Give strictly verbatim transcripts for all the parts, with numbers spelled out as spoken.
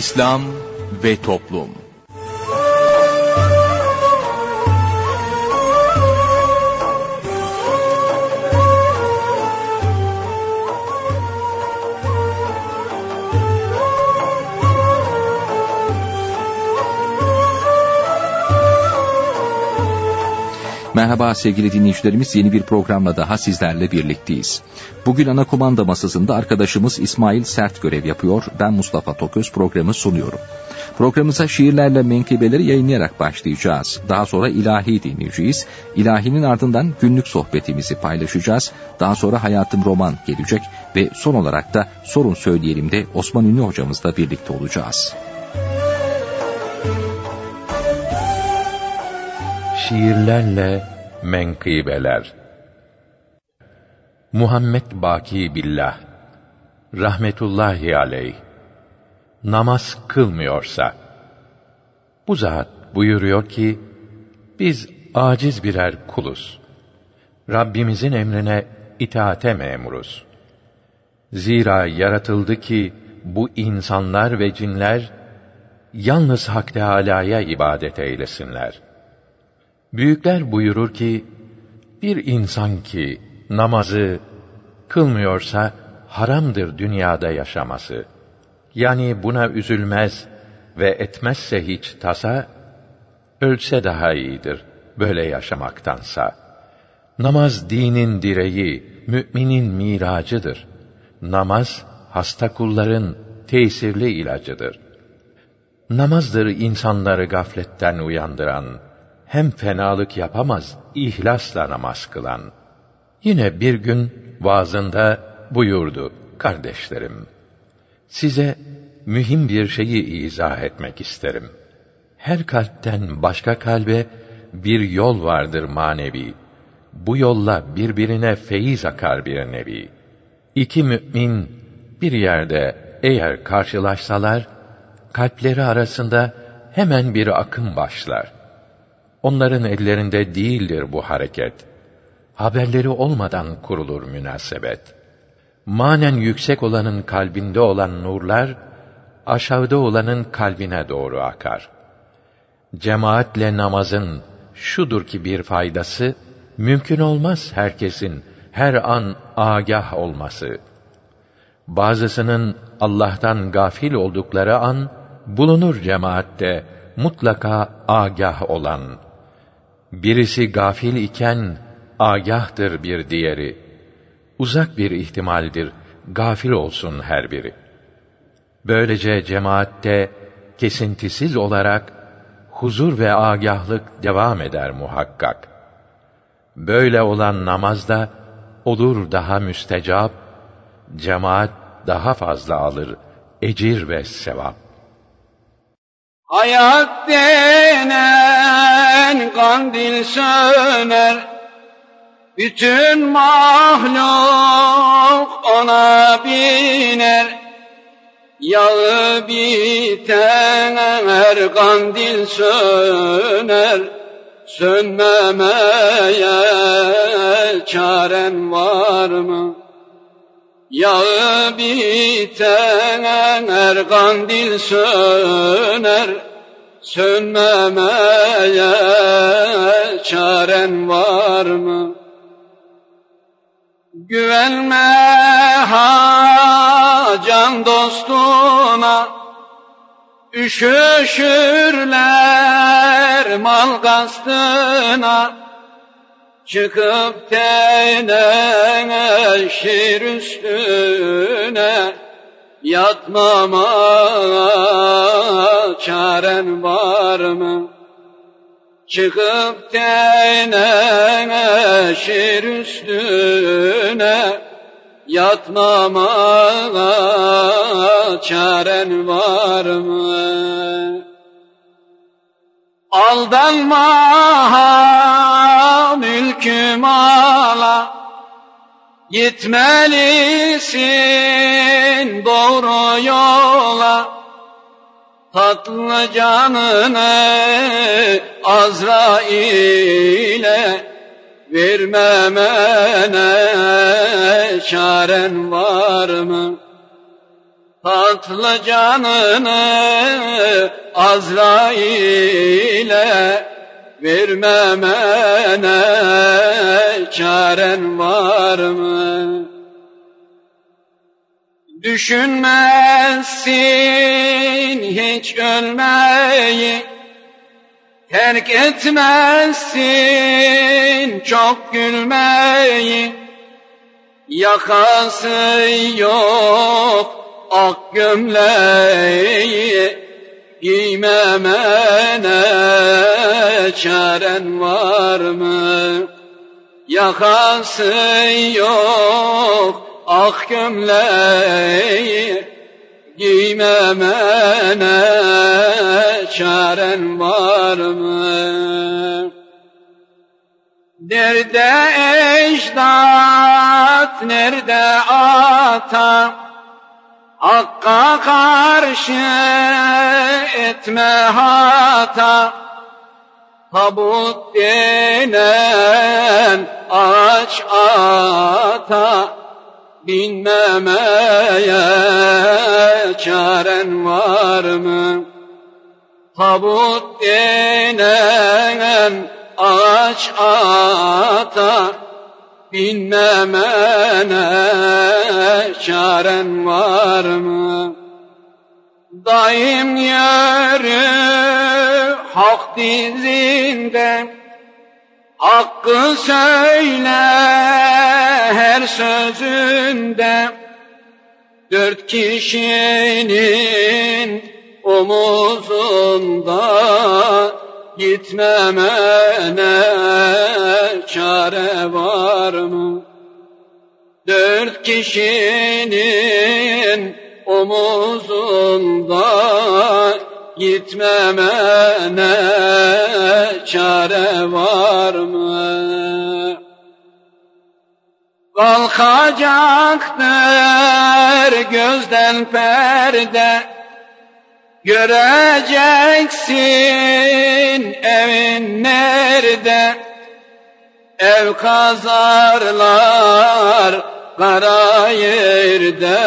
İslam ve Toplum. Merhaba sevgili dinleyicilerimiz, yeni bir programla daha sizlerle birlikteyiz. Bugün ana kumanda masasında arkadaşımız İsmail Sert görev yapıyor. Ben Mustafa Toköz programı sunuyorum. Programımıza şiirlerle menkıbeleri yayınlayarak başlayacağız. Daha sonra ilahi dinleyeceğiz. İlahinin ardından günlük sohbetimizi paylaşacağız. Daha sonra Hayatım Roman gelecek ve son olarak da Sorun Söyleyelim de Osman Ünlü hocamızla birlikte olacağız. Şiirlerle menkıbeler. Muhammed Baki Billah rahmetullahi aleyh namaz kılmıyorsa, bu zat buyuruyor ki, biz aciz birer kuluz. Rabbimizin emrine itaate memuruz. Zira yaratıldı ki bu insanlar ve cinler yalnız Hak Teâlâ'ya ibadet eylesinler. Büyükler buyurur ki, bir insan ki namazı kılmıyorsa haramdır dünyada yaşaması. Yani buna üzülmez ve etmezse hiç tasa, ölse daha iyidir böyle yaşamaktansa. Namaz dinin direği, müminin miracıdır. Namaz hasta kulların tesirli ilacıdır. Namazdır insanları gafletten uyandıran, hem fenalık yapamaz, ihlasla namaz kılan. Yine bir gün vaazında buyurdu, kardeşlerim, size mühim bir şeyi izah etmek isterim. Her kalpten başka kalbe bir yol vardır manevi. Bu yolla birbirine feyiz akar bir nevi. İki mümin bir yerde eğer karşılaşsalar, kalpleri arasında hemen bir akım başlar. Onların ellerinde değildir bu hareket. Haberleri olmadan kurulur münasebet. Manen yüksek olanın kalbinde olan nurlar, aşağıda olanın kalbine doğru akar. Cemaatle namazın şudur ki bir faydası, mümkün olmaz herkesin her an âgâh olması. Bazısının Allah'tan gafil oldukları an, bulunur cemaatte mutlaka âgâh olan. Birisi gafil iken âgâhtır bir diğeri. Uzak bir ihtimaldir gafil olsun her biri. Böylece cemaatte kesintisiz olarak huzur ve âgâhlık devam eder muhakkak. Böyle olan namazda olur daha müstecap, cemaat daha fazla alır ecir ve sevap. Hayat denen kandil söner, bütün mahluk ona biner. Yağı biter kandil söner, sönmemeye çaren var mı? Yağı biter kandil söner, sönmemeye çaren var mı? Güvenme ha can dostuna, üşüşürler mal kastına. Çıkıp teneşir üstüne, yatmama çaren var mı? Çıkıp teneşir üstüne, yatmama çaren var mı? Aldanma ha mülkü mala, gitmelisin doğru yola. Tatlı canını Azrail'e vermemene çaren var mı? tatlı canını Azrail'e vermemene çaren var mı? Düşünmezsin hiç ölmeyi, terk etmezsin çok gülmeyi, yakası yok ak gömleği, giymemene çaren var mı? Yakası yok ak gömleği, giymemene çaren var mı? Nerede ecdat, nerede ata, Hakka karşı etme hata, tabut denen aç ata, binmemeye çaren var mı? Tabut denen aç ata, binmemene çaren var mı? Daim yürü hak dizinde, hakkı söyle her sözünde, dört kişinin omuzunda, gitmemene çare var mı? Dört kişinin omuzunda, gitmemene çare var mı? Kalkacaktır gözden perde, göreceksin evin nerede? Ev kazarlar kara yerde,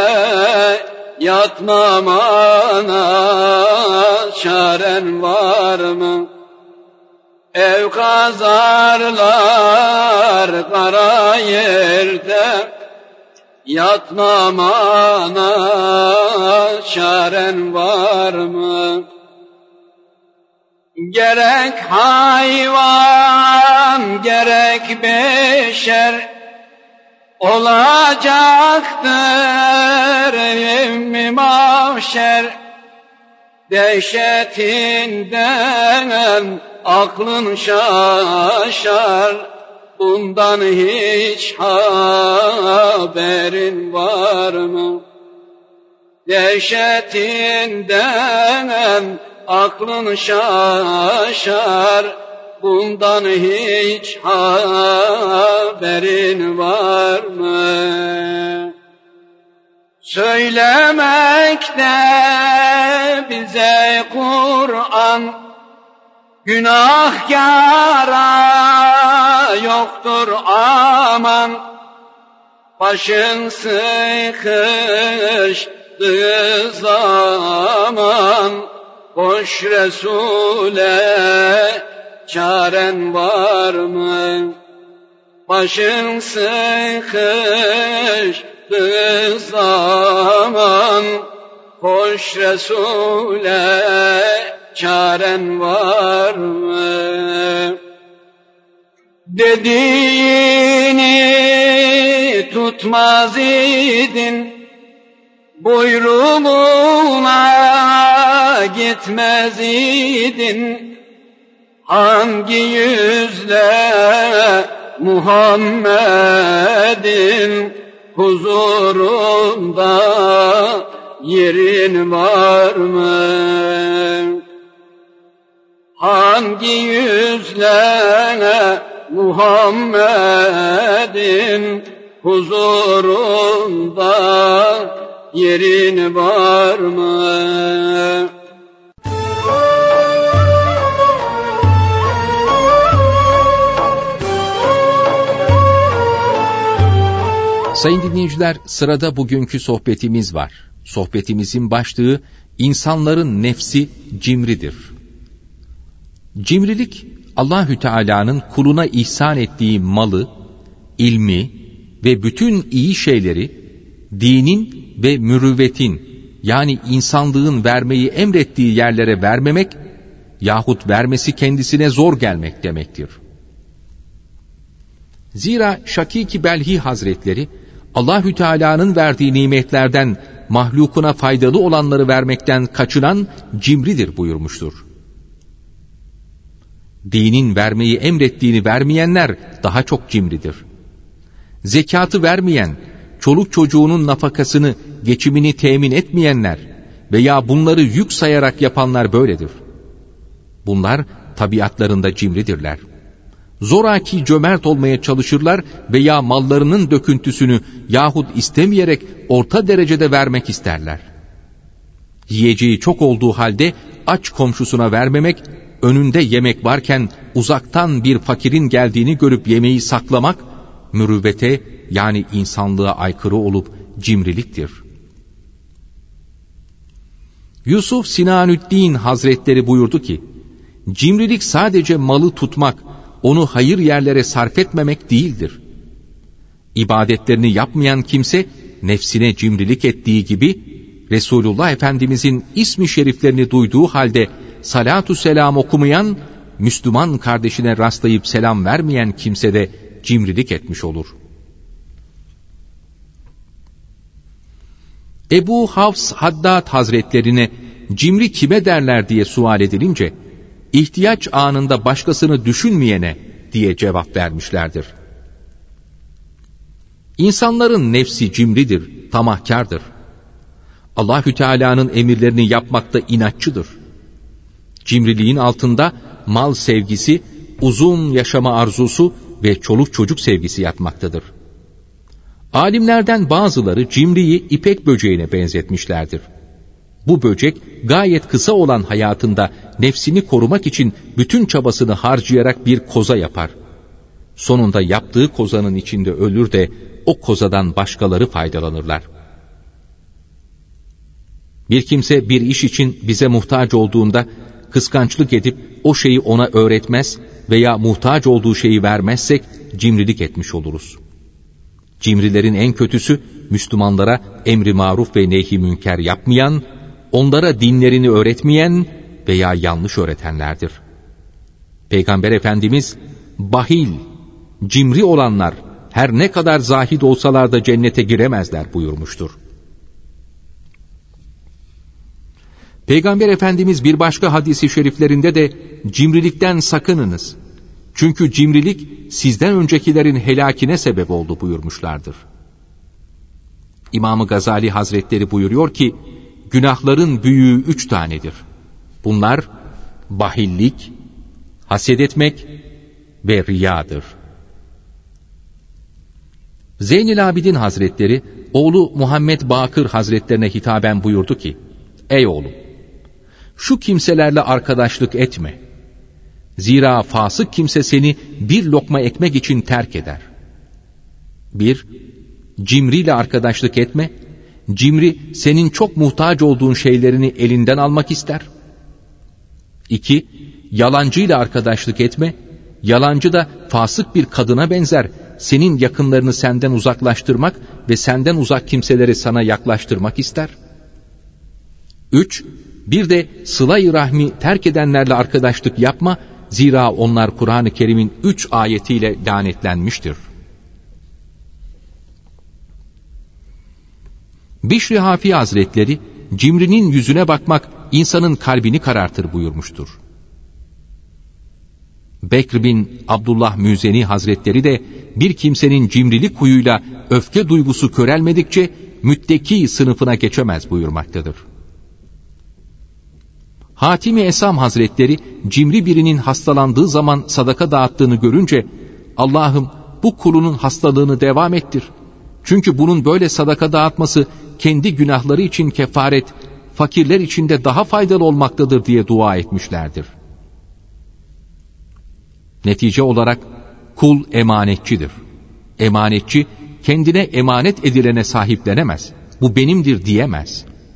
yatmamana çaren var mı? Ev kazarlar kara yerde, yatmamana çaren var mı? Gerek hayvan, gerek beşer, olacaktır yevmi mahşer. Dehşetinden aklın şaşar, bundan hiç haberin var mı? Dehşetinden aklın şaşar, bundan hiç haberin var mı? Söylemekte bize Kur'an, günahkara yoktur aman. Başın sıkıştığı zaman, koş Resul'e çaren var mı? Başın sıkıştığı zaman, koş Resul'e çaren var mı? Dediğini tutmaz idin, buyruğuna gitmez idin. Hangi yüzle Muhammed'in huzurunda yerin var mı? Hangi yüzle Muhammed'in huzurunda yerin var mı? Sayın dinleyiciler, sırada bugünkü sohbetimiz var. Sohbetimizin başlığı, insanların nefsi cimridir. Cimrilik, Allahü Teala'nın kuluna ihsan ettiği malı, ilmi ve bütün iyi şeyleri dinin ve mürüvvetin, yani insanlığın vermeyi emrettiği yerlere vermemek yahut vermesi kendisine zor gelmek demektir. Zira Şakîk-i Belhi Hazretleri Allahü Teala'nın verdiği nimetlerden mahlukuna faydalı olanları vermekten kaçınan cimridir buyurmuştur. Dinin vermeyi emrettiğini vermeyenler daha çok cimridir. Zekatı vermeyen, çoluk çocuğunun nafakasını, geçimini temin etmeyenler veya bunları yük sayarak yapanlar böyledir. Bunlar tabiatlarında cimridirler. Zoraki cömert olmaya çalışırlar veya mallarının döküntüsünü yahut istemeyerek orta derecede vermek isterler. Yiyeceği çok olduğu halde aç komşusuna vermemek, önünde yemek varken uzaktan bir fakirin geldiğini görüp yemeği saklamak, mürüvvete yani insanlığa aykırı olup cimriliktir. Yusuf Sinanüddin Hazretleri buyurdu ki, cimrilik sadece malı tutmak, onu hayır yerlere sarf etmemek değildir. İbadetlerini yapmayan kimse, nefsine cimrilik ettiği gibi, Resulullah Efendimizin ismi şeriflerini duyduğu halde salatu selam okumayan, Müslüman kardeşine rastlayıp selam vermeyen kimse de cimrilik etmiş olur. Ebu Hafs Haddad Hazretlerine cimri kime derler diye sual edilince, ihtiyaç anında başkasını düşünmeyene diye cevap vermişlerdir. İnsanların nefsi cimridir, tamahkardır. Allahü Teala'nın emirlerini yapmakta inatçıdır. Cimriliğin altında mal sevgisi, uzun yaşama arzusu ve çoluk çocuk sevgisi yatmaktadır. Alimlerden bazıları cimriyi ipek böceğine benzetmişlerdir. Bu böcek gayet kısa olan hayatında nefsini korumak için bütün çabasını harcayarak bir koza yapar. Sonunda yaptığı kozanın içinde ölür de o kozadan başkaları faydalanırlar. Bir kimse bir iş için bize muhtaç olduğunda kıskançlık edip o şeyi ona öğretmez veya muhtaç olduğu şeyi vermezsek cimrilik etmiş oluruz. Cimrilerin en kötüsü Müslümanlara emri maruf ve nehy-i münker yapmayan, onlara dinlerini öğretmeyen veya yanlış öğretenlerdir. Peygamber Efendimiz, bahil, cimri olanlar her ne kadar zahid olsalar da cennete giremezler buyurmuştur. Peygamber Efendimiz bir başka hadisi şeriflerinde de cimrilikten sakınınız. Çünkü cimrilik sizden öncekilerin helakine sebep oldu buyurmuşlardır. İmam-ı Gazali Hazretleri buyuruyor ki, günahların büyüğü üç tanedir. Bunlar bahillik, haset etmek ve riyadır. Zeynel Abidin Hazretleri, oğlu Muhammed Bakır Hazretlerine hitaben buyurdu ki, ey oğlum, şu kimselerle arkadaşlık etme. Zira fasık kimse seni bir lokma ekmek için terk eder. Bir, cimriyle arkadaşlık etme. Cimri senin çok muhtaç olduğun şeylerini elinden almak ister. İki, yalancıyla arkadaşlık etme. Yalancı da fasık bir kadına benzer. Senin yakınlarını senden uzaklaştırmak ve senden uzak kimseleri sana yaklaştırmak ister. Üç, bir de sıla-i rahmi terk edenlerle arkadaşlık yapma. Zira onlar Kur'an-ı Kerim'in üç ayetiyle lanetlenmiştir. Bişri Hafi Hazretleri, cimrinin yüzüne bakmak insanın kalbini karartır buyurmuştur. Bekr bin Abdullah Müzeni Hazretleri de bir kimsenin cimrilik huyuyla öfke duygusu körelmedikçe mütteki sınıfına geçemez buyurmaktadır. Hatim-i Esam Hazretleri cimri birinin hastalandığı zaman sadaka dağıttığını görünce, Allah'ım bu kulunun hastalığını devam ettir. Çünkü bunun böyle sadaka dağıtması kendi günahları için kefaret, fakirler için de daha faydalı olmaktadır diye dua etmişlerdir. Netice olarak kul emanetçidir. Emanetçi kendine emanet edilene sahiplenemez. Bu benimdir diyemez.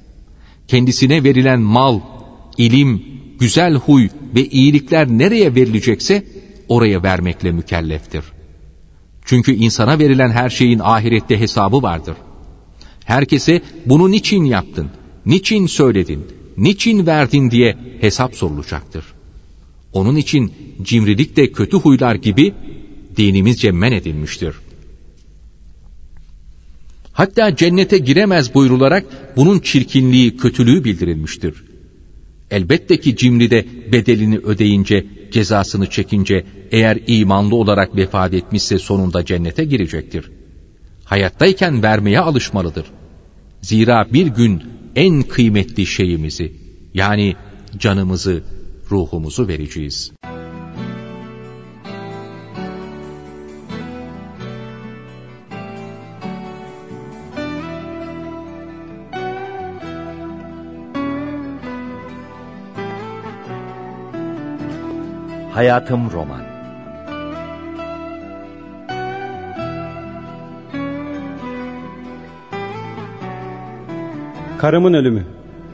Kendisine verilen mal, ilim, güzel huy ve iyilikler nereye verilecekse oraya vermekle mükelleftir. Çünkü insana verilen her şeyin ahirette hesabı vardır. Herkese bunu niçin yaptın, niçin söyledin, niçin verdin diye hesap sorulacaktır. Onun için cimrilik de kötü huylar gibi dinimizce men edilmiştir. Hatta cennete giremez buyrularak bunun çirkinliği, kötülüğü bildirilmiştir. Elbette ki cimri de bedelini ödeyince, cezasını çekince, eğer imanlı olarak vefat etmişse sonunda cennete girecektir. Hayattayken vermeye alışmalıdır. Zira bir gün en kıymetli şeyimizi, yani canımızı, ruhumuzu vereceğiz. Hayatım Roman. Karımın ölümü.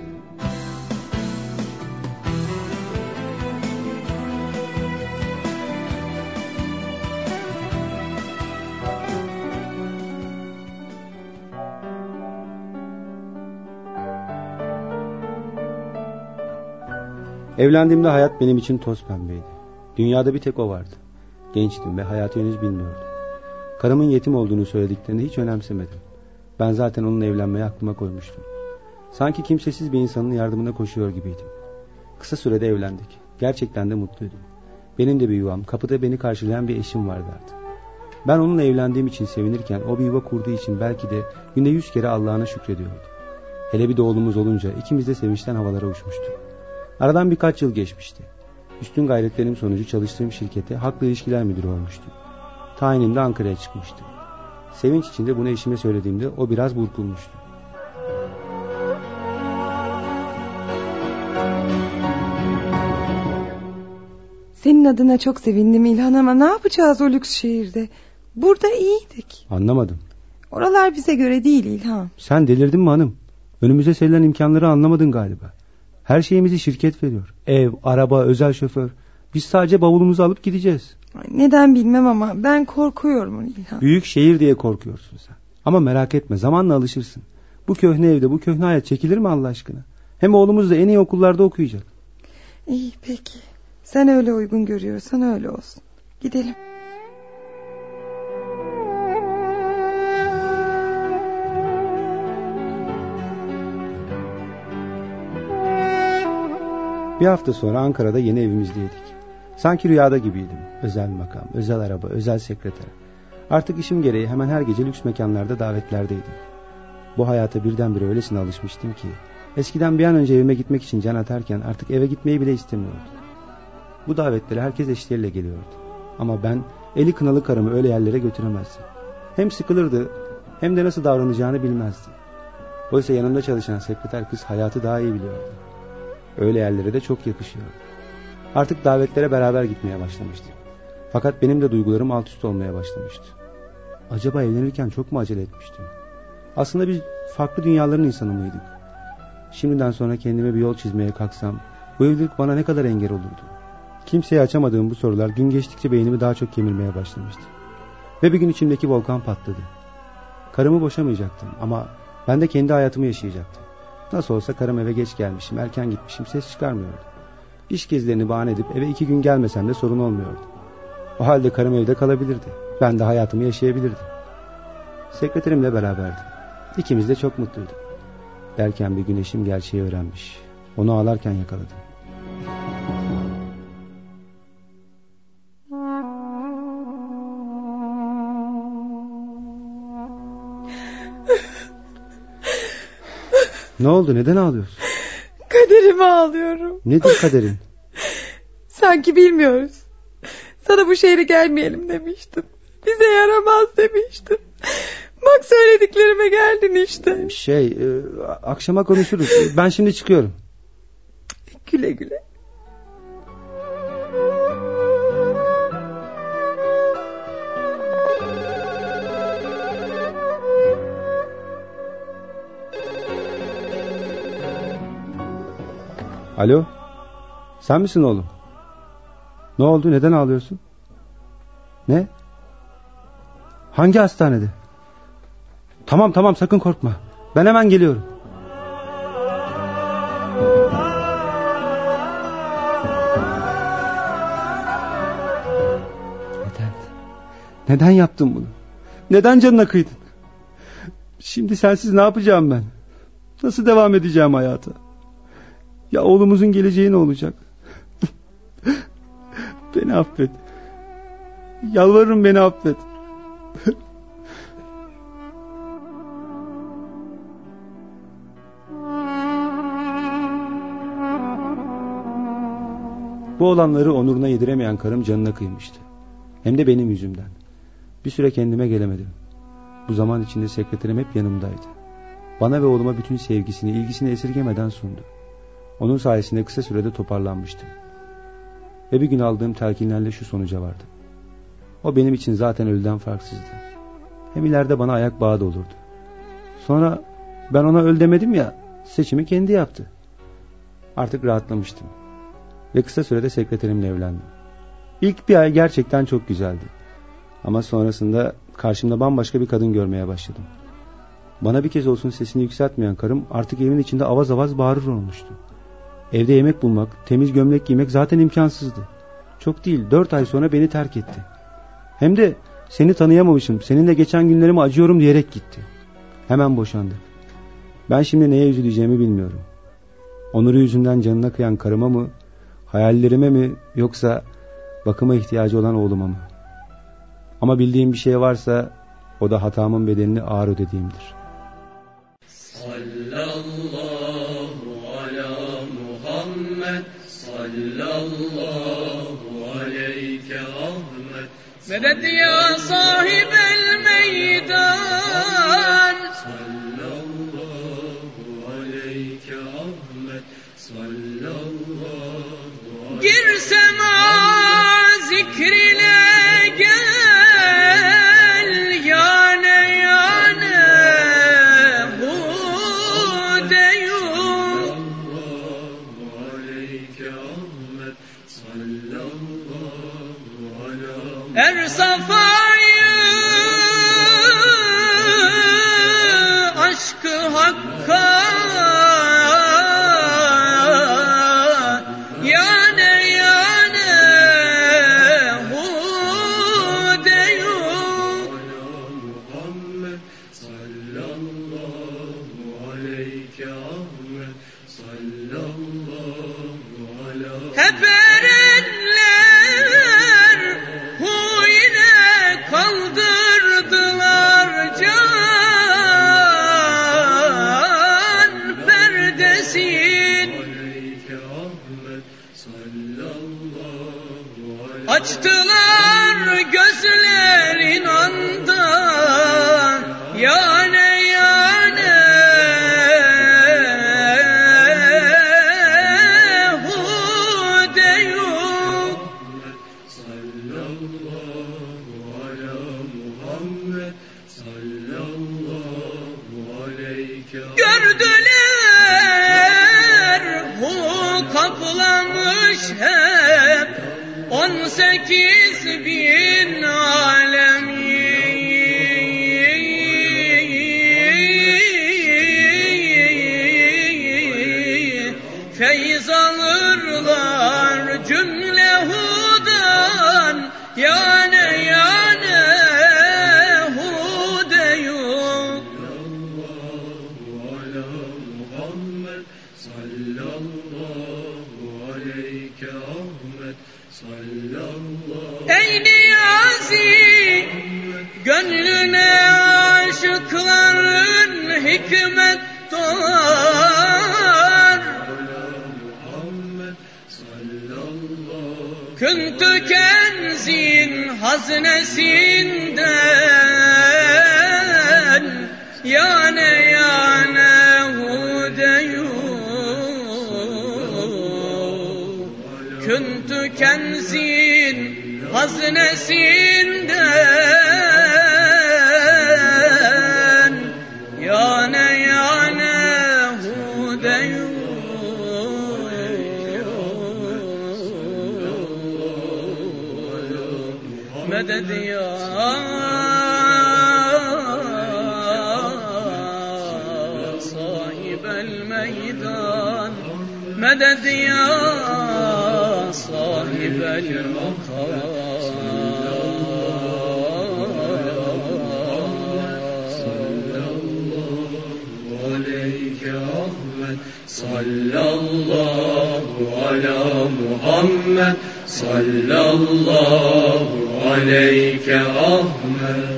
Evlendiğimde hayat benim için toz pembeydi. Dünyada bir tek o vardı. Gençtim ve hayatı henüz bilmiyordum. Karımın yetim olduğunu söylediklerini hiç önemsemedim. Ben zaten onunla evlenmeyi aklıma koymuştum. Sanki kimsesiz bir insanın yardımına koşuyor gibiydim. Kısa sürede evlendik. Gerçekten de mutluydum. Benim de bir yuvam, kapıda beni karşılayan bir eşim vardı artık. Ben onunla evlendiğim için sevinirken o bir yuva kurduğu için belki de günde yüz kere Allah'ına şükrediyordu. Hele bir de oğlumuz olunca ikimiz de sevinçten havalara uçmuştuk. Aradan birkaç yıl geçmişti. Üstün gayretlerim sonucu çalıştığım şirkete halkla ilişkiler müdürü olmuştum. Tayinim de Ankara'ya çıkmıştı. Sevinç içinde bunu eşime söylediğimde o biraz burkulmuştu. Senin adına çok sevindim İlhan ama ne yapacağız o lüks şehirde? Burada iyiydik. Anlamadım. Oralar bize göre değil İlhan. Sen delirdin mi hanım? Önümüze serilen imkanları anlamadın galiba. Her şeyimizi şirket veriyor. Ev, araba, özel şoför. Biz sadece bavulumuzu alıp gideceğiz. Ay, neden bilmem ama ben korkuyorum İlhan. Büyük şehir diye korkuyorsun sen. Ama merak etme, zamanla alışırsın. Bu köhne evde, bu köhne hayat çekilir mi Allah aşkına? Hem oğlumuz da en iyi okullarda okuyacak. İyi peki. Sen öyle uygun görüyorsan öyle olsun. Gidelim. Bir hafta sonra Ankara'da yeni evimizdeydik. Sanki rüyada gibiydim. Özel makam, özel araba, özel sekreter. Artık işim gereği hemen her gece lüks mekanlarda davetlerdeydim. Bu hayata birdenbire öylesine alışmıştım ki eskiden bir an önce evime gitmek için can atarken artık eve gitmeyi bile istemiyordum. Bu davetlere herkes eşleriyle geliyordu. Ama ben eli kınalı karımı öyle yerlere götüremezdim. Hem sıkılırdı hem de nasıl davranacağını bilmezdi. Oysa yanımda çalışan sekreter kız hayatı daha iyi biliyordu. Öyle yerlere de çok yakışıyordu. Artık davetlere beraber gitmeye başlamıştık. Fakat benim de duygularım alt üst olmaya başlamıştı. Acaba evlenirken çok mu acele etmiştim? Aslında biz farklı dünyaların insanı mıydık? Şimdiden sonra kendime bir yol çizmeye kalksam bu evlilik bana ne kadar engel olurdu? Kimseye açamadığım bu sorular gün geçtikçe beynimi daha çok kemirmeye başlamıştı. Ve bir gün içimdeki volkan patladı. Karımı boşamayacaktım ama ben de kendi hayatımı yaşayacaktım. Nasıl olsa karım eve geç gelmişim, erken gitmişim, ses çıkarmıyordu. İş gezilerini bahane edip eve iki gün gelmesem de sorun olmuyordu. O halde karım evde kalabilirdi. Ben de hayatımı yaşayabilirdim. Sekreterimle beraberdim. İkimiz de çok mutluyduk. Derken bir gün eşim gerçeği öğrenmiş. Onu ağlarken yakaladım. Ne oldu? Neden ağlıyorsun? Kaderime ağlıyorum. Nedir kaderin? Sanki bilmiyoruz. Sana bu şehre gelmeyelim demiştim. Bize yaramaz demiştim. Bak söylediklerime geldin işte. Şey, e, akşama konuşuruz. Ben şimdi çıkıyorum. Güle güle. Alo? Sen misin oğlum? Ne oldu? Neden ağlıyorsun? Ne? Hangi hastanede? Tamam tamam, sakın korkma. Ben hemen geliyorum. Neden? Neden yaptın bunu? Neden canına kıydın? Şimdi sensiz ne yapacağım ben? Nasıl devam edeceğim hayata? Ya oğlumuzun geleceği ne olacak? Beni affet. Yalvarırım, beni affet. Bu olanları onuruna yediremeyen karım canına kıymıştı. Hem de benim yüzümden. Bir süre kendime gelemedim. Bu zaman içinde sekreterim hep yanımdaydı. Bana ve oğluma bütün sevgisini, ilgisini esirgemeden sundu. Onun sayesinde kısa sürede toparlanmıştım. Ve bir gün aldığım telkinlerle şu sonuca vardım. O benim için zaten ölüden farksızdı. Hem ileride bana ayak bağı da olurdu. Sonra ben ona öl demedim ya, seçimi kendi yaptı. Artık rahatlamıştım. Ve kısa sürede sekreterimle evlendim. İlk bir ay gerçekten çok güzeldi. Ama sonrasında karşımda bambaşka bir kadın görmeye başladım. Bana bir kez olsun sesini yükseltmeyen karım artık evin içinde avaz avaz bağırır olmuştu. Evde yemek bulmak, temiz gömlek giymek zaten imkansızdı. Çok değil, dört ay sonra beni terk etti. Hem de seni tanıyamamışım, seninle geçen günlerime acıyorum diyerek gitti. Hemen boşandık. Ben şimdi neye üzüleceğimi bilmiyorum. Onuru yüzünden canına kıyan karıma mı, hayallerime mi, yoksa bakıma ihtiyacı olan oğluma mı? Ama bildiğim bir şey varsa o da hatamın bedelini ağır ödediğimdir. Sallallahu ala Muhammed, sallallahu aleyke Ahmet. Medet ya sahibel meydan, sallallahu aleyke Ahmet, sallallahu aleyke. Girsem a zikrine gel, yane yane hu deyum. Sallallahu aleyke Ahmet, sallallahu aleyke. Er safayı aşkı hakka, yane yane hu deyum. Muhammed sallallahu aleyke Ahmet sallallahu aleyke. Hep erenler huyine kaldırdılar can perdesin. Açtılar gözlerin andan, yane yane hu deyum. Sallallahu ala Muhammed, sallallahu aleyke. Gördüler hu kaplamış hep on sekiz bin alemi. Feyz alırlar cümle hudan, yane yane hu deyum. Sallallahu ala Muhammed, sallallahu aleyke Ahmet, sallallahu. Ey Niyazi, gönlüne aşıkların hikmet doğar. Küntü kenzin haznesinden, yane yane hu deyum. Küntü kenzin haznesinden, yane yane hu deyum. medet ya sahibel meydan medet ya sahibel makam sallallahu ala Muhammed sallallahu aleyke Ahmet.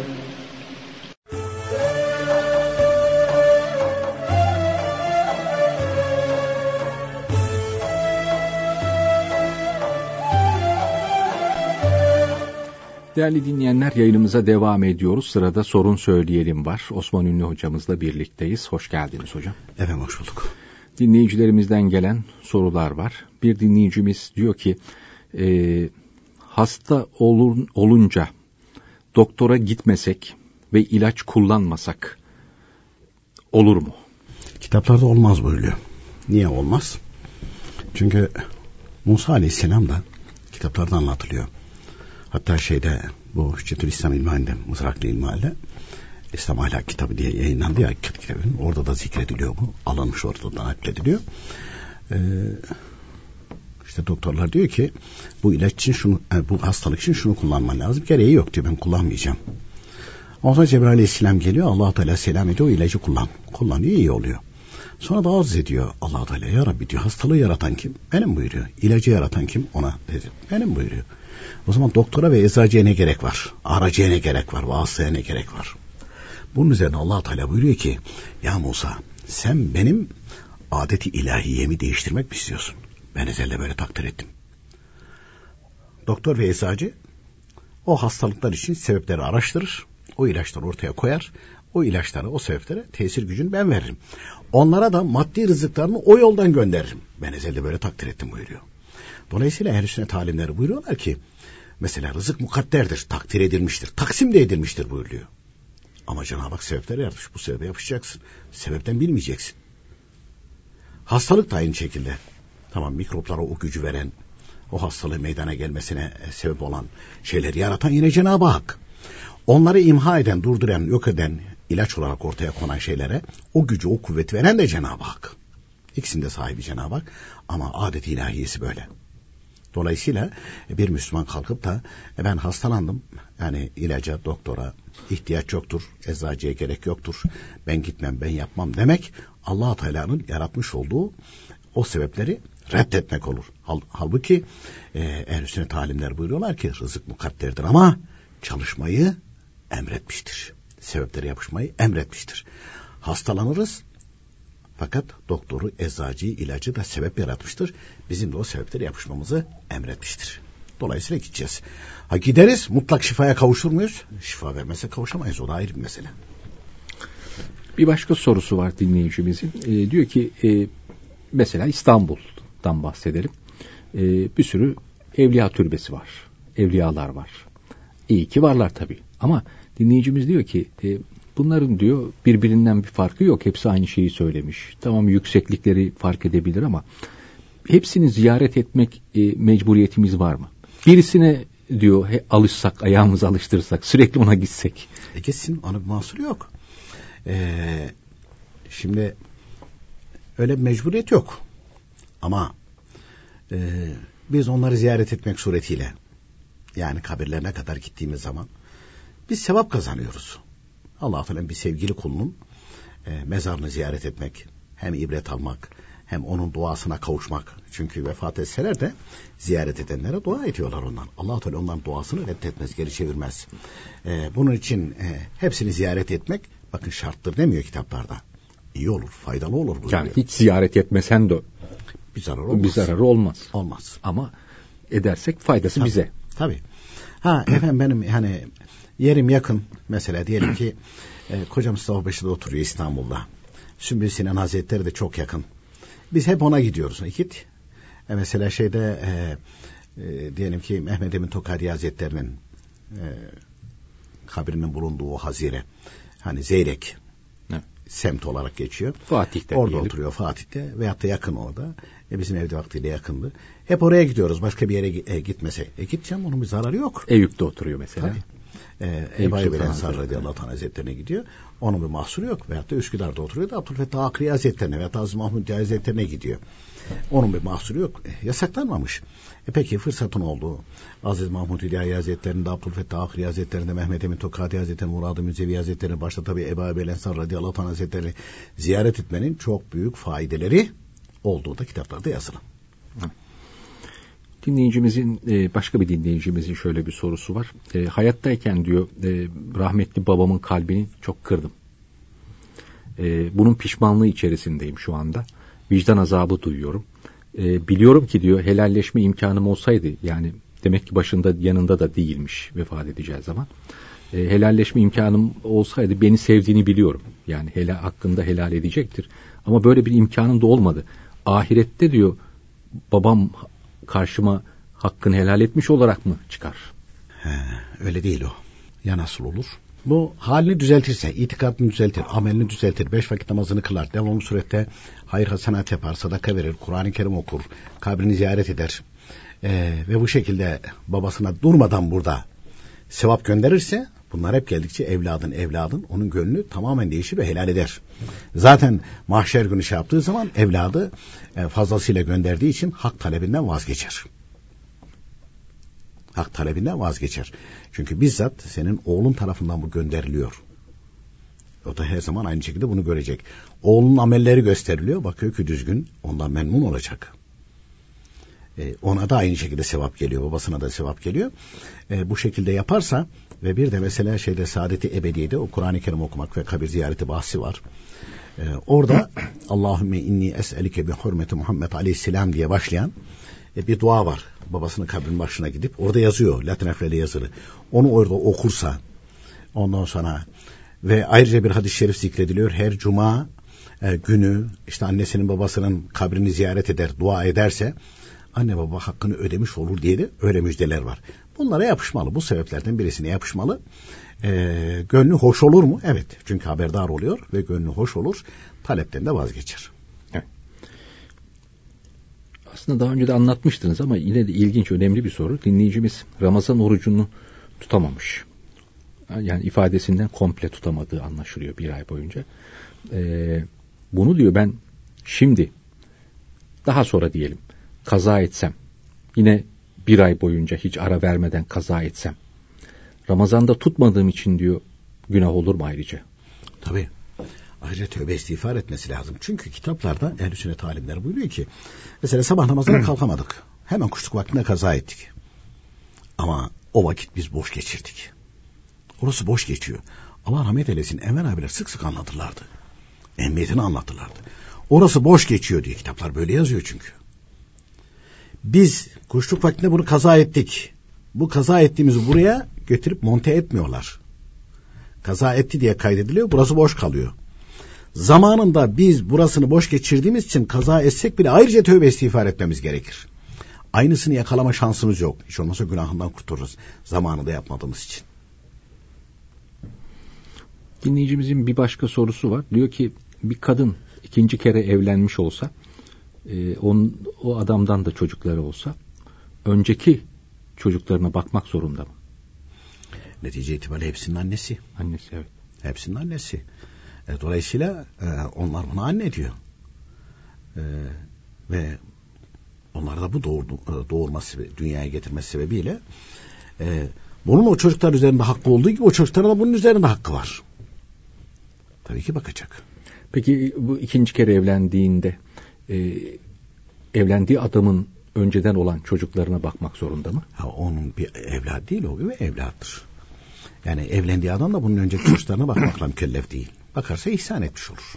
Değerli dinleyenler, yayınımıza devam ediyoruz. Sırada Sorun Söyleyelim var. Osman Ünlü hocamızla birlikteyiz. Hoş geldiniz hocam. Efendim hoş bulduk. Dinleyicilerimizden gelen sorular var. Bir dinleyicimiz diyor ki e, hasta olur, olunca doktora gitmesek ve ilaç kullanmasak olur mu? Kitaplarda olmaz buyuruyor. Niye olmaz? Çünkü Musa Aleyhisselam da kitaplarda anlatılıyor. Hatta şeyde bu Hüccetül İslam İlmihal'de, Mızraklı İlmihal'de İslam Ahlak kitabı diye yayınlandı ya kitabın. Orada da zikrediliyor bu. Alınmış oradan naklediliyor. Ee, işte doktorlar diyor ki bu ilaç için şunu, bu hastalık için şunu kullanman lazım. Gereği yok diyor, ben kullanmayacağım. O zaman Cebrail Aleyhisselam geliyor. Allah Teala selam ediyor, o ilacı kullan. Kullanıyor, iyi oluyor. Sonra da arz ediyor Allah Teala, ya Rabbi diyor, hastalığı yaratan kim? Benim buyuruyor. İlacı yaratan kim? Ona dedi. Benim buyuruyor. O zaman doktora ve eczacıya ne gerek var? Aracıya ne gerek var? Vasıtaya ne gerek var? Bunun üzerine Allah Teala buyuruyor ki ya Musa, sen benim adeti ilahiyemi değiştirmek mi istiyorsun? Ben ezelde böyle takdir ettim. Doktor ve eczacı o hastalıklar için sebepleri araştırır. O ilaçları ortaya koyar. O ilaçlara, o sebeplere tesir gücünü ben veririm. Onlara da maddi rızıklarını o yoldan gönderirim. Ben ezelde böyle takdir ettim buyuruyor. Dolayısıyla ehl-i sünnet alimleri buyuruyorlar ki mesela rızık mukadderdir, takdir edilmiştir, taksim de edilmiştir buyuruyor. Ama Cenab-ı Hak sebepleri yaratmış. Bu sebebe yapışacaksın. Sebepten bilmeyeceksin. Hastalık da aynı şekilde. Tamam, mikroplara o gücü veren, o hastalığı meydana gelmesine sebep olan şeyleri yaratan yine Cenab-ı Hak. Onları imha eden, durduran, yok eden, ilaç olarak ortaya konan şeylere o gücü, o kuvveti veren de Cenab-ı Hak. İkisinde sahibi Cenab-ı Hak. Ama adet-i ilahiyesi böyle. Dolayısıyla bir Müslüman kalkıp da e ben hastalandım, yani ilaca, doktora ihtiyaç yoktur, eczacıya gerek yoktur, ben gitmem, ben yapmam demek Allah Teala'nın yaratmış olduğu o sebepleri reddetmek olur. Hal, halbuki e, ehl-i sünnet alimler buyuruyorlar ki rızık mukadderdir ama çalışmayı emretmiştir. Sebeplere yapışmayı emretmiştir. Hastalanırız. Fakat doktoru, eczacıyı, ilacı da sebep yaratmıştır. Bizim de o sebeplere yapışmamızı emretmiştir. Dolayısıyla gideceğiz. Ha gideriz, mutlak şifaya kavuşur muyuz? Şifa vermezse kavuşamayız, o da ayrı bir mesele. Bir başka sorusu var dinleyicimizin. E, diyor ki e, mesela İstanbul'dan bahsedelim. E, bir sürü evliya türbesi var. Evliyalar var. İyi ki varlar tabii. Ama dinleyicimiz diyor ki e, bunların diyor birbirinden bir farkı yok. Hepsi aynı şeyi söylemiş. Tamam, yükseklikleri fark edebilir ama hepsini ziyaret etmek e, mecburiyetimiz var mı? Birisine diyor he, alışsak, ayağımızı alıştırsak, sürekli ona gitsek. E gitsin, ona bir mahsuru yok. Ee, şimdi öyle bir mecburiyet yok. Ama e, biz onları ziyaret etmek suretiyle, yani kabirlerine kadar gittiğimiz zaman biz sevap kazanıyoruz. Allah-u Teala'nın bir sevgili kulunun e, mezarını ziyaret etmek, hem ibret almak, hem onun duasına kavuşmak. Çünkü vefat etseler de ziyaret edenlere dua ediyorlar ondan. Allah-u Teala onların duasını reddetmez, geri çevirmez. E, bunun için e, hepsini ziyaret etmek, bakın şarttır demiyor kitaplarda. İyi olur, faydalı olur. Buyuruyor. Yani hiç ziyaret etmesen de bir zararı olmaz. Bir zararı olmaz. Olmaz. Ama edersek faydası tabii, bize. Tabii. Ha efendim benim hani yerim yakın. Mesela diyelim ki e, kocam Mustafa Paşa'da oturuyor İstanbul'da. Sümbül Sinan Hazretleri de çok yakın. Biz hep ona gidiyoruz. Git. E, mesela şeyde e, e, diyelim ki Mehmet Emin Tokari Hazretleri'nin e, kabrinin bulunduğu o hazire. Hani Zeyrek. Evet. semt olarak geçiyor. Fatih'te orada diyelim. Oturuyor Fatih'te veyahut da yakın orada. E bizim evde vaktiyle yakındı. Hep oraya gidiyoruz. Başka bir yere e, gitmese. E gideceğim, onun bir zararı yok. Eyüp'te oturuyor mesela. Tabii. Ee, Ebu Eyyub Ensari radıyallahu anh hazretlerine gidiyor. Onun bir mahsuru yok. Veyahut da Üsküdar'da oturuyor da Abdülfettah Akriye hazretlerine veyahut da Aziz Mahmud hazretlerine gidiyor. Onun bir mahsuru yok. E, yasaklanmamış. E peki fırsatın oldu. Aziz Mahmud Hüdayi hazretlerinde, Abdülfettah Akriye hazretlerinde, Mehmet Emin Tokati hazretlerinde, Murad-ı Müzevi hazretlerinde, başta tabii Ebu Eyyub Ensari radıyallahu anh hazretlerini ziyaret etmenin çok büyük faydeleri olduğu da kitaplarda yazılı. Hı. Dinleyicimizin, başka bir dinleyicimizin şöyle bir sorusu var. E, hayattayken diyor, e, rahmetli babamın kalbini çok kırdım. E, bunun pişmanlığı içerisindeyim şu anda. Vicdan azabı duyuyorum. E, biliyorum ki diyor, helalleşme imkanım olsaydı, yani demek ki başında yanında da değilmiş vefat edeceği zaman. E, helalleşme imkanım olsaydı beni sevdiğini biliyorum. Yani helal, hakkında helal edecektir. Ama böyle bir imkanım da olmadı. Ahirette diyor, babam karşıma hakkını helal etmiş olarak mı çıkar? He, öyle değil o. Ya nasıl olur? Bu halini düzeltirse, itikadını düzeltir, amelini düzeltir, beş vakit namazını kılar, devamlı surette hayır hasenat yapar, sadaka verir, Kur'an-ı Kerim okur, kabrini ziyaret eder ee, ve bu şekilde babasına durmadan burada sevap gönderirse, bunlar hep geldikçe evladın evladın onun gönlü tamamen değişir ve helal eder. Zaten mahşer günü şey yaptığı zaman evladı fazlasıyla gönderdiği için hak talebinden vazgeçer. Hak talebinden vazgeçer. Çünkü bizzat senin oğlun tarafından bu gönderiliyor. O da her zaman aynı şekilde bunu görecek. Oğlunun amelleri gösteriliyor. Bakıyor ki düzgün, ondan memnun olacak. Ee, ona da aynı şekilde sevap geliyor. Babasına da sevap geliyor. Ee, bu şekilde yaparsa ve bir de mesela şeyde Saadet-i Ebediye'de o Kur'an-ı Kerim okumak ve kabir ziyareti bahsi var. Ee, orada Allahümme inni es'elike bi hurmeti Muhammed aleyhisselam diye başlayan e, bir dua var. Babasının kabrinin başına gidip orada yazıyor. Latin harflerle yazılı. Onu orada okursa ondan sonra ve ayrıca bir hadis-i şerif zikrediliyor. Her cuma e, günü işte annesinin babasının kabrini ziyaret eder, dua ederse anne baba hakkını ödemiş olur diye de öyle müjdeler var. Bunlara yapışmalı. Bu sebeplerden birisine yapışmalı. E, gönlü hoş olur mu? Evet. Çünkü haberdar oluyor ve gönlü hoş olur. Talepten de vazgeçer. Evet. Aslında daha önce de anlatmıştınız ama yine de ilginç, önemli bir soru. Dinleyicimiz Ramazan orucunu tutamamış. Yani ifadesinden komple tutamadığı anlaşılıyor bir ay boyunca. Ee, bunu diyor, ben şimdi daha sonra diyelim kaza etsem, yine bir ay boyunca hiç ara vermeden kaza etsem, Ramazan'da tutmadığım için diyor günah olur mu ayrıca? Tabii. Ayrıca tövbe istiğfar etmesi lazım. Çünkü kitaplarda ehl-i sünnet alimleri buyuruyor ki mesela sabah namazına kalkamadık. Hemen kuşluk vaktinde kaza ettik. Ama o vakit biz boş geçirdik. Orası boş geçiyor. Allah rahmet eylesin, Enver abiler sık sık anlatırlardı. Emniyetini anlatırlardı. Orası boş geçiyor diye kitaplar böyle yazıyor çünkü. Biz kuşluk vaktinde bunu kaza ettik. Bu kaza ettiğimizi buraya götürüp monte etmiyorlar. Kaza etti diye kaydediliyor, burası boş kalıyor. Zamanında biz burasını boş geçirdiğimiz için kaza etsek bile ayrıca tövbe istiğfar etmemiz gerekir. Aynısını yakalama şansımız yok. Hiç olmazsa günahından kurtuluruz. Zamanında yapmadığımız için. Dinleyicimizin bir başka sorusu var. Diyor ki bir kadın ikinci kere evlenmiş olsa, e, on, o adamdan da çocukları olsa, önceki çocuklarına bakmak zorunda mı? Netice itibariyle hepsinin annesi. Annesi, evet. Hepsinin annesi. E, dolayısıyla e, onlar buna anne diyor. E, ve onlar da bu doğurdu, doğurması, dünyaya getirmesi sebebiyle e, bunun o çocuklar üzerinde hakkı olduğu gibi o çocukların da bunun üzerinde hakkı var. Tabii ki bakacak. Peki bu ikinci kere evlendiğinde e, evlendiği adamın önceden olan çocuklarına bakmak zorunda mı? Ha, onun bir evlat değil, o bir evlattır. Yani evlendiği adam da bunun önceki çocuklarına bakmakla mükellef değil. Bakarsa ihsan etmiş olur.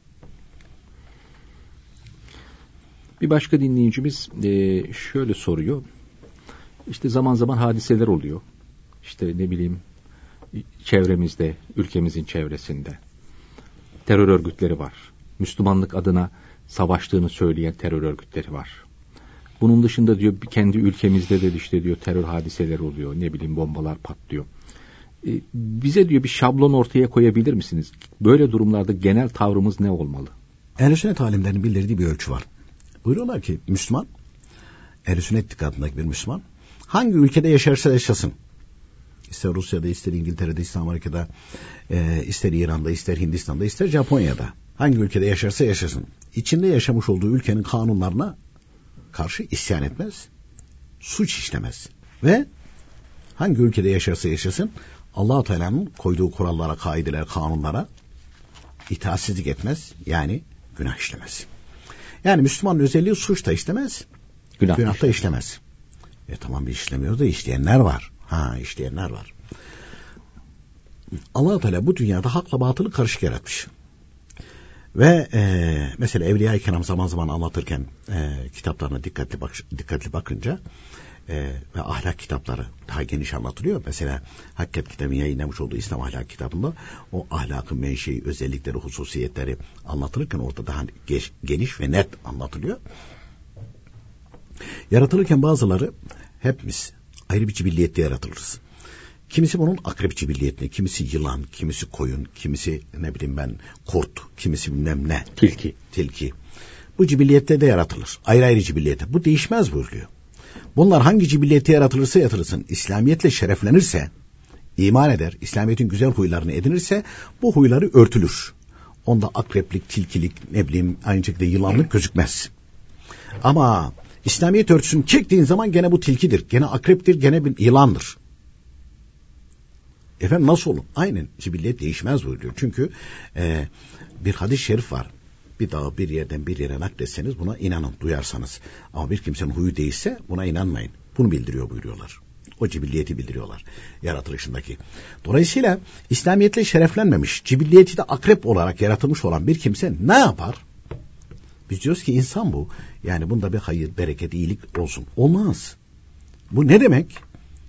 Bir başka dinleyicimiz e, şöyle soruyor. İşte zaman zaman hadiseler oluyor. İşte ne bileyim çevremizde, ülkemizin çevresinde terör örgütleri var. Müslümanlık adına savaştığını söyleyen terör örgütleri var. Bunun dışında diyor kendi ülkemizde de işte diyor terör hadiseleri oluyor. Ne bileyim bombalar patlıyor. E, bize diyor bir şablon ortaya koyabilir misiniz? Böyle durumlarda genel tavrımız ne olmalı? Ehl-i sünnet alimlerinin bildirdiği bir ölçü var. Buyuruyorlar ki Müslüman, Ehl-i sünnet itikadındaki bir Müslüman hangi ülkede yaşarsa yaşasın, ister Rusya'da, ister İngiltere'de, ister Amerika'da, e, ister İran'da, ister Hindistan'da, ister Japonya'da, hangi ülkede yaşarsa yaşasın, içinde yaşamış olduğu ülkenin kanunlarına karşı isyan etmez, suç işlemez ve hangi ülkede yaşarsa yaşasın Allah-u Teala'nın koyduğu kurallara, kaideler, kanunlara itaatsizlik etmez, yani günah işlemez. Yani Müslümanın özelliği suç da işlemez, günah, günah da işlemez. E tamam, bir işlemiyor da işleyenler var. Ha, işleyenler var. Allah-u Teala bu dünyada hakla batılı karışık yaratmış. Ve e, mesela Evliya-i Kiram zaman zaman anlatırken e, kitaplarına dikkatli bak, dikkatli bakınca e, ve ahlak kitapları daha geniş anlatılıyor. Mesela Hakikat kitabı yayınlamış olduğu İslam ahlak kitabında o ahlakın menşei, özellikleri, hususiyetleri anlatılırken orada daha geç, geniş ve net anlatılıyor. Yaratılırken bazıları, hepimiz ayrı bir cibilliyette yaratılırız. Kimisi bunun akrep cibilliyetine, kimisi yılan, kimisi koyun, kimisi ne bileyim ben kurt, kimisi bilmem ne. Tilki. Tilki. Bu cibilliyette de yaratılır. Ayrı ayrı cibilliyette. Bu değişmez buyuruyor. Bunlar hangi cibilliyette yaratılırsa yaratılsın, İslamiyetle şereflenirse, iman eder, İslamiyet'in güzel huylarını edinirse bu huyları örtülür. Onda akreplik, tilkilik, ne bileyim aynı şekilde yılanlık gözükmez. Ama İslamiyet örtüsünü çektiğin zaman gene bu tilkidir, gene akreptir, gene bir yılandır. Efendim nasıl olur? Aynen, cibilliyet değişmez buyuruyor. Çünkü e, bir hadis-i şerif var. Bir dağı bir yerden bir yere nakletseniz buna inanın, duyarsanız. Ama bir kimsenin huyu değişse buna inanmayın. Bunu bildiriyor buyuruyorlar. O cibilliyeti bildiriyorlar yaratılışındaki. Dolayısıyla İslamiyetle şereflenmemiş, cibilliyeti de akrep olarak yaratılmış olan bir kimse ne yapar? Biz diyoruz ki insan bu. Yani bunda bir hayır, bereket, iyilik olsun. Olmaz. Bu ne demek?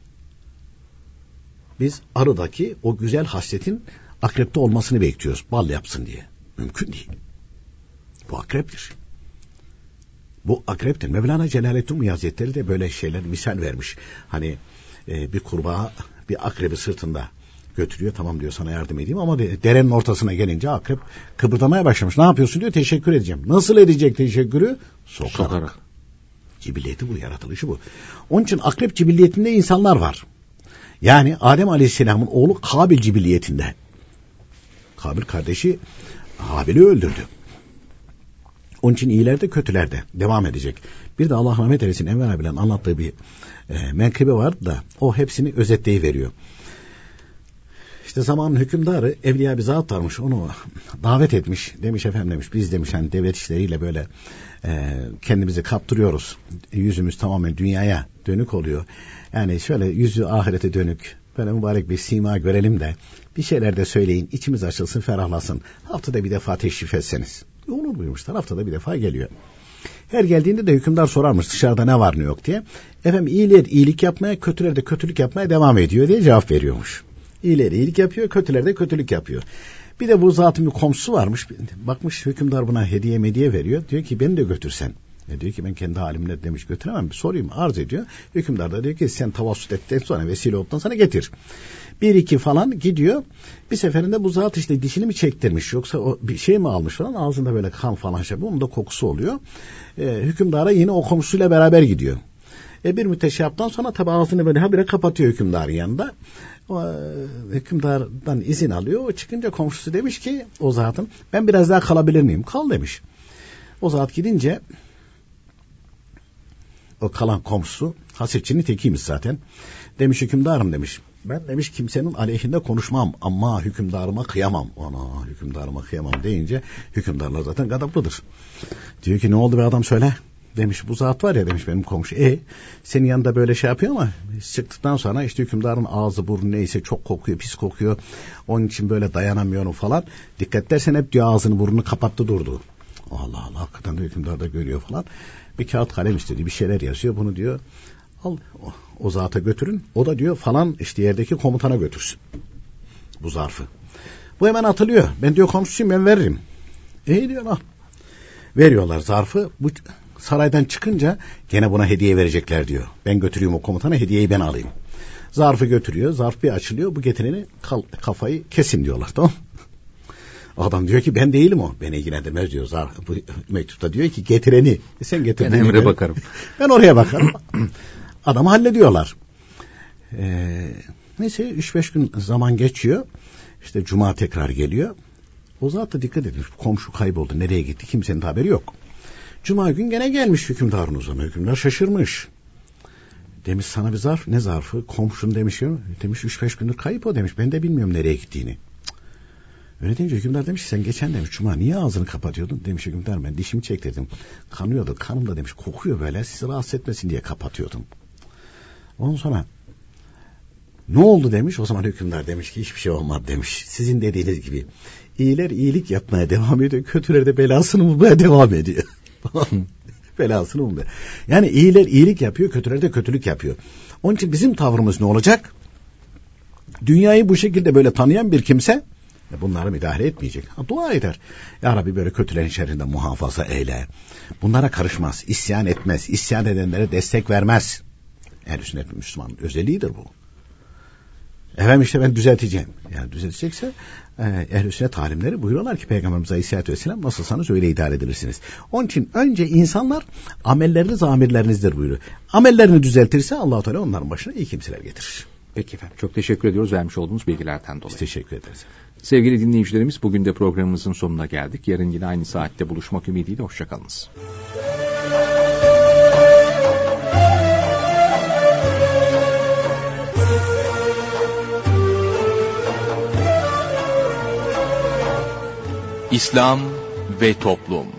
Biz arıdaki o güzel hasletin akrepte olmasını bekliyoruz. Bal yapsın diye. Mümkün değil. Bu akreptir. Bu akreptir. Mevlana Celaleddin Rumi Hazretleri de böyle şeyler misal vermiş. Hani e, bir kurbağa bir akrebi sırtında götürüyor. Tamam diyor, sana yardım edeyim, ama derenin ortasına gelince akrep kıpırdamaya başlamış. Ne yapıyorsun diyor, teşekkür edeceğim. Nasıl edecek teşekkürü? Sokarak. Sokarak. Cibilliyeti bu, yaratılışı bu. Onun için akrep cibilliyetinde insanlar var. Yani Adem Aleyhisselam'ın oğlu Kabil cibilliyetinde. Kabil kardeşi Habil'i öldürdü. Onun için iyiler de kötüler de devam edecek. Bir de Allah rahmet eylesin Enver abilerin anlattığı bir e, menkıbe vardı da o hepsini özetleyiveriyor. İşte zamanın hükümdarı evliya bir zat varmış, onu davet etmiş. Demiş efendim demiş, biz demiş hani devlet işleriyle böyle e, kendimizi kaptırıyoruz. Yüzümüz tamamen dünyaya dönük oluyor. Yani şöyle yüzü ahirete dönük, böyle mübarek bir sima görelim de bir şeyler de söyleyin, içimiz açılsın, ferahlasın. Haftada bir defa teşrif etseniz. Olur buyurmuşlar, haftada bir defa geliyor. Her geldiğinde de hükümdar sorarmış dışarıda ne var ne yok diye. Efendim iyiler iyilik yapmaya, kötüler de kötülük yapmaya devam ediyor diye cevap veriyormuş. İyiler iyilik yapıyor, kötüler de kötülük yapıyor. Bir de bu zatın bir komşusu varmış. Bakmış hükümdar buna hediye mediye veriyor. Diyor ki beni de götürsen. E diyor ki ben kendi halimle demiş götüremem. Bir sorayım, arz ediyor. Hükümdar da diyor ki sen tavassut ettikten sonra, vesile olduktan sonra getir. Bir iki falan gidiyor. Bir seferinde bu zat işte dişini mi çektirmiş yoksa o bir şey mi almış falan, ağzında böyle kan falan şey, bunun da kokusu oluyor. E, hükümdara yine o komşusuyla beraber gidiyor. E, bir müddet şey yaptıktan sonra tabi ağzını böyle habire kapatıyor hükümdarın yanında. O, hükümdardan izin alıyor. O çıkınca komşusu demiş ki o zatın, ben biraz daha kalabilir miyim? Kal demiş. O zat gidince o kalan komşusu, hasretçinin tekiymiş zaten. Demiş hükümdarım demiş, ben demiş kimsenin aleyhinde konuşmam ama hükümdarıma kıyamam. Ana hükümdarıma kıyamam deyince hükümdarlar zaten gadaplıdır. Diyor ki ne oldu be adam, söyle. Demiş bu zat var ya demiş benim komşu. E senin yanında böyle şey yapıyor ama çıktıktan sonra işte hükümdarın ağzı burnu neyse çok kokuyor, pis kokuyor. Onun için böyle dayanamıyorum falan. Dikkat edersen hep diyor ağzını burnunu kapattı durdu. Allah Allah, hakikaten de hükümdar da görüyor falan. Bir kağıt kalem istedi, bir şeyler yazıyor. Bunu diyor al o, o zata götürün. O da diyor falan işte yerdeki komutana götürsün bu zarfı. Bu hemen atılıyor. Ben diyor komşusuyum, ben veririm. İyi diyor al. Veriyorlar zarfı. Bu saraydan çıkınca gene buna hediye verecekler diyor. Ben götüreyim o komutana, hediyeyi ben alayım. Zarfı götürüyor. Zarf bir açılıyor. Bu getireni kafayı kesin diyorlar. Tamam. Adam diyor ki ben değilim o. Beni ilgilendirmez diyor. Zarf, bu mektupta diyor ki getireni. E sen getir. Ben emre bakarım. Ben oraya bakarım. Adamı hallediyorlar. Ee, neyse üç beş gün zaman geçiyor. İşte cuma tekrar geliyor. O zat da dikkat edin. Komşu kayboldu. Nereye gitti? Kimsenin haberi yok. Cuma gün gene gelmiş hükümdarın uzanı. Hükümdar şaşırmış. Demiş sana bir zarf. Ne zarfı? Komşun demiş ya. Demiş üç beş gündür kayıp o demiş. Ben de bilmiyorum nereye gittiğini. Cık. Öyle deyince hükümdar demiş sen geçen demiş cuma niye ağzını kapatıyordun? Demiş hükümdar ben dişimi çektirdim. Kanıyordu. Kanım da demiş kokuyor böyle. Sizi rahatsız etmesin diye kapatıyordum. Ondan sonra ne oldu demiş. O zaman hükümdar demiş ki hiçbir şey olmadı demiş. Sizin dediğiniz gibi. İyiler iyilik yapmaya devam ediyor. Kötüler de belasını bulmaya devam ediyor. Belasını bulmaya. Yani iyiler iyilik yapıyor. Kötüler de kötülük yapıyor. Onun için bizim tavrımız ne olacak? Dünyayı bu şekilde böyle tanıyan bir kimse bunları müdahale etmeyecek. Ha, dua eder. Ya Rabbi böyle kötülerin şerrinden muhafaza eyle. Bunlara karışmaz. İsyan etmez. İsyan edenlere destek vermez. Ehl-i sünnet Müslümanın özelliğidir bu. Efendim işte ben düzelteceğim. Yani düzeltecekse ehl-i sünnet alimleri buyuruyorlar ki Peygamberimiz Aleyhisselatü Vesselam nasılsanız öyle idare edilirsiniz. Onun için önce insanlar amelleriniz amirlerinizdir buyuruyor. Amellerini düzeltirse Allah-u Teala onların başına iyi kimseler getirir. Peki efendim. Çok teşekkür ediyoruz vermiş olduğunuz bilgilerden dolayı. Biz teşekkür ederiz. Sevgili dinleyicilerimiz bugün de programımızın sonuna geldik. Yarın yine aynı saatte buluşmak ümidiyle hoşçakalınız. İslam ve Toplum.